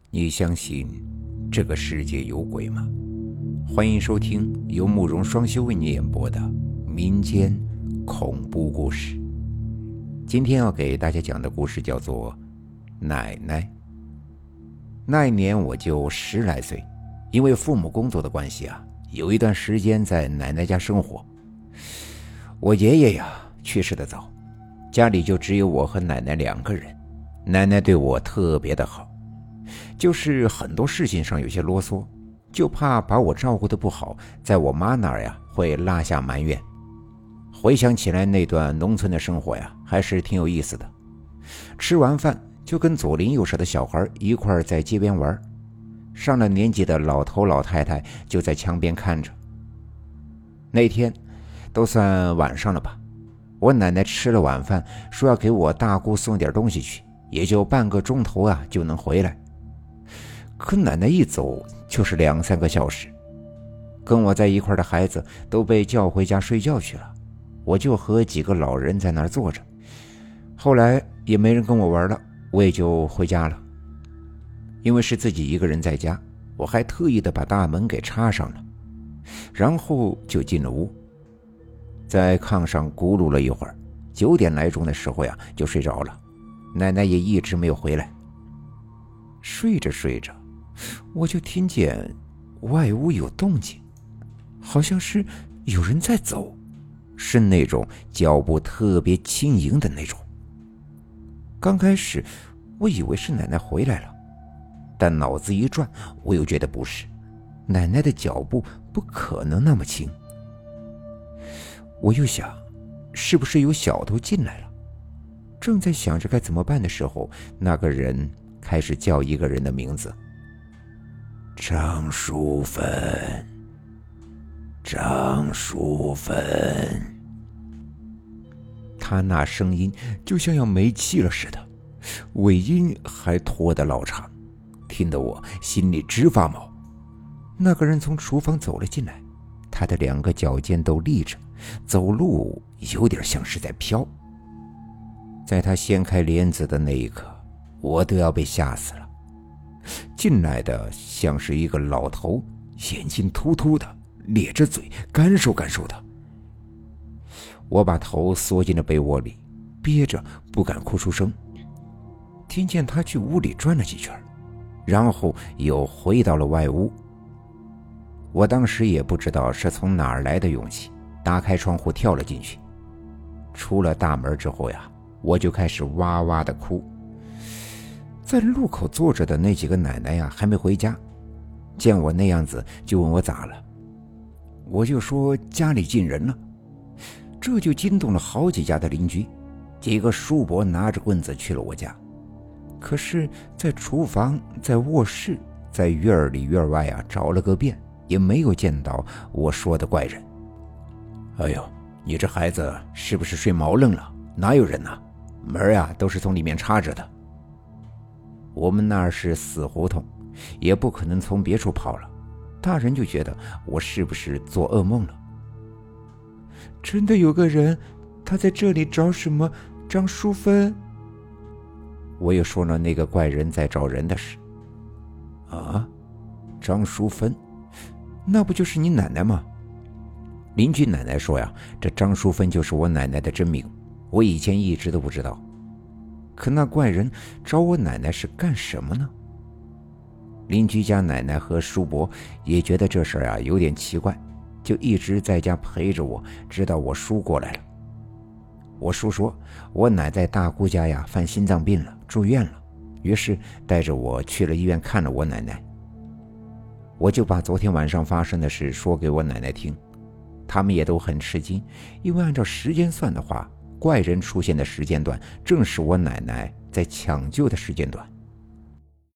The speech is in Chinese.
你相信这个世界有鬼吗？欢迎收听由慕容双修为你演播的民间恐怖故事。今天要给大家讲的故事叫做奶奶。那一年我就10来岁，因为父母工作的关系有一段时间在奶奶家生活。我爷爷去世的早，家里就只有我和奶奶2个人。奶奶对我特别的好，就是很多事情上有些啰嗦，就怕把我照顾得不好，在我妈那儿会落下埋怨。回想起来，那段农村的生活还是挺有意思的。吃完饭就跟左邻右舍的小孩一块儿在街边玩，上了年纪的老头老太太就在墙边看着。那天都算晚上了吧，我奶奶吃了晚饭，说要给我大姑送点东西去，也就半个钟头就能回来。可奶奶一走就是2、3个小时，跟我在一块的孩子都被叫回家睡觉去了，我就和几个老人在那儿坐着。后来也没人跟我玩了，我也就回家了。因为是自己一个人在家，我还特意的把大门给插上了，然后就进了屋，在炕上咕噜了一会儿，9点来钟的时候就睡着了。奶奶也一直没有回来。睡着睡着，我就听见外屋有动静，好像是有人在走，是那种脚步特别轻盈的那种。刚开始我以为是奶奶回来了，但脑子一转，我又觉得不是，奶奶的脚步不可能那么轻。我又想，是不是有小偷进来了？正在想着该怎么办的时候，那个人开始叫一个人的名字：张淑芬，张淑芬。他那声音就像要没气了似的，尾音还拖得老长，听得我心里直发毛。那个人从厨房走了进来，他的2个脚尖都立着，走路有点像是在飘。在他掀开帘子的那一刻，我都要被吓死了。进来的像是一个老头，眼睛突突的，咧着嘴，干瘦干瘦的。我把头缩进了被窝里，憋着不敢哭出声。听见他去屋里转了几圈，然后又回到了外屋。我当时也不知道是从哪儿来的勇气，打开窗户跳了进去。出了大门之后我就开始哇哇的哭。在路口坐着的那几个奶奶还没回家，见我那样子就问我咋了，我就说家里进人了。这就惊动了好几家的邻居，几个叔伯拿着棍子去了我家。可是在厨房，在卧室，在院里院外找了个遍，也没有见到我说的怪人。哎呦，你这孩子是不是睡毛愣了？哪有人啊？门都是从里面插着的。我们那儿是死胡同，也不可能从别处跑了。大人就觉得我是不是做噩梦了？真的有个人，他在这里找什么张淑芬？我又说了那个怪人在找人的事。张淑芬，那不就是你奶奶吗？邻居奶奶说这张淑芬就是我奶奶的真名，我以前一直都不知道。可那怪人找我奶奶是干什么呢？邻居家奶奶和叔伯也觉得这事儿有点奇怪，就一直在家陪着我，直到我叔过来了。我叔说我奶在大姑家犯心脏病了，住院了，于是带着我去了医院看了我奶奶。我就把昨天晚上发生的事说给我奶奶听，他们也都很吃惊，因为按照时间算的话，怪人出现的时间段正是我奶奶在抢救的时间段。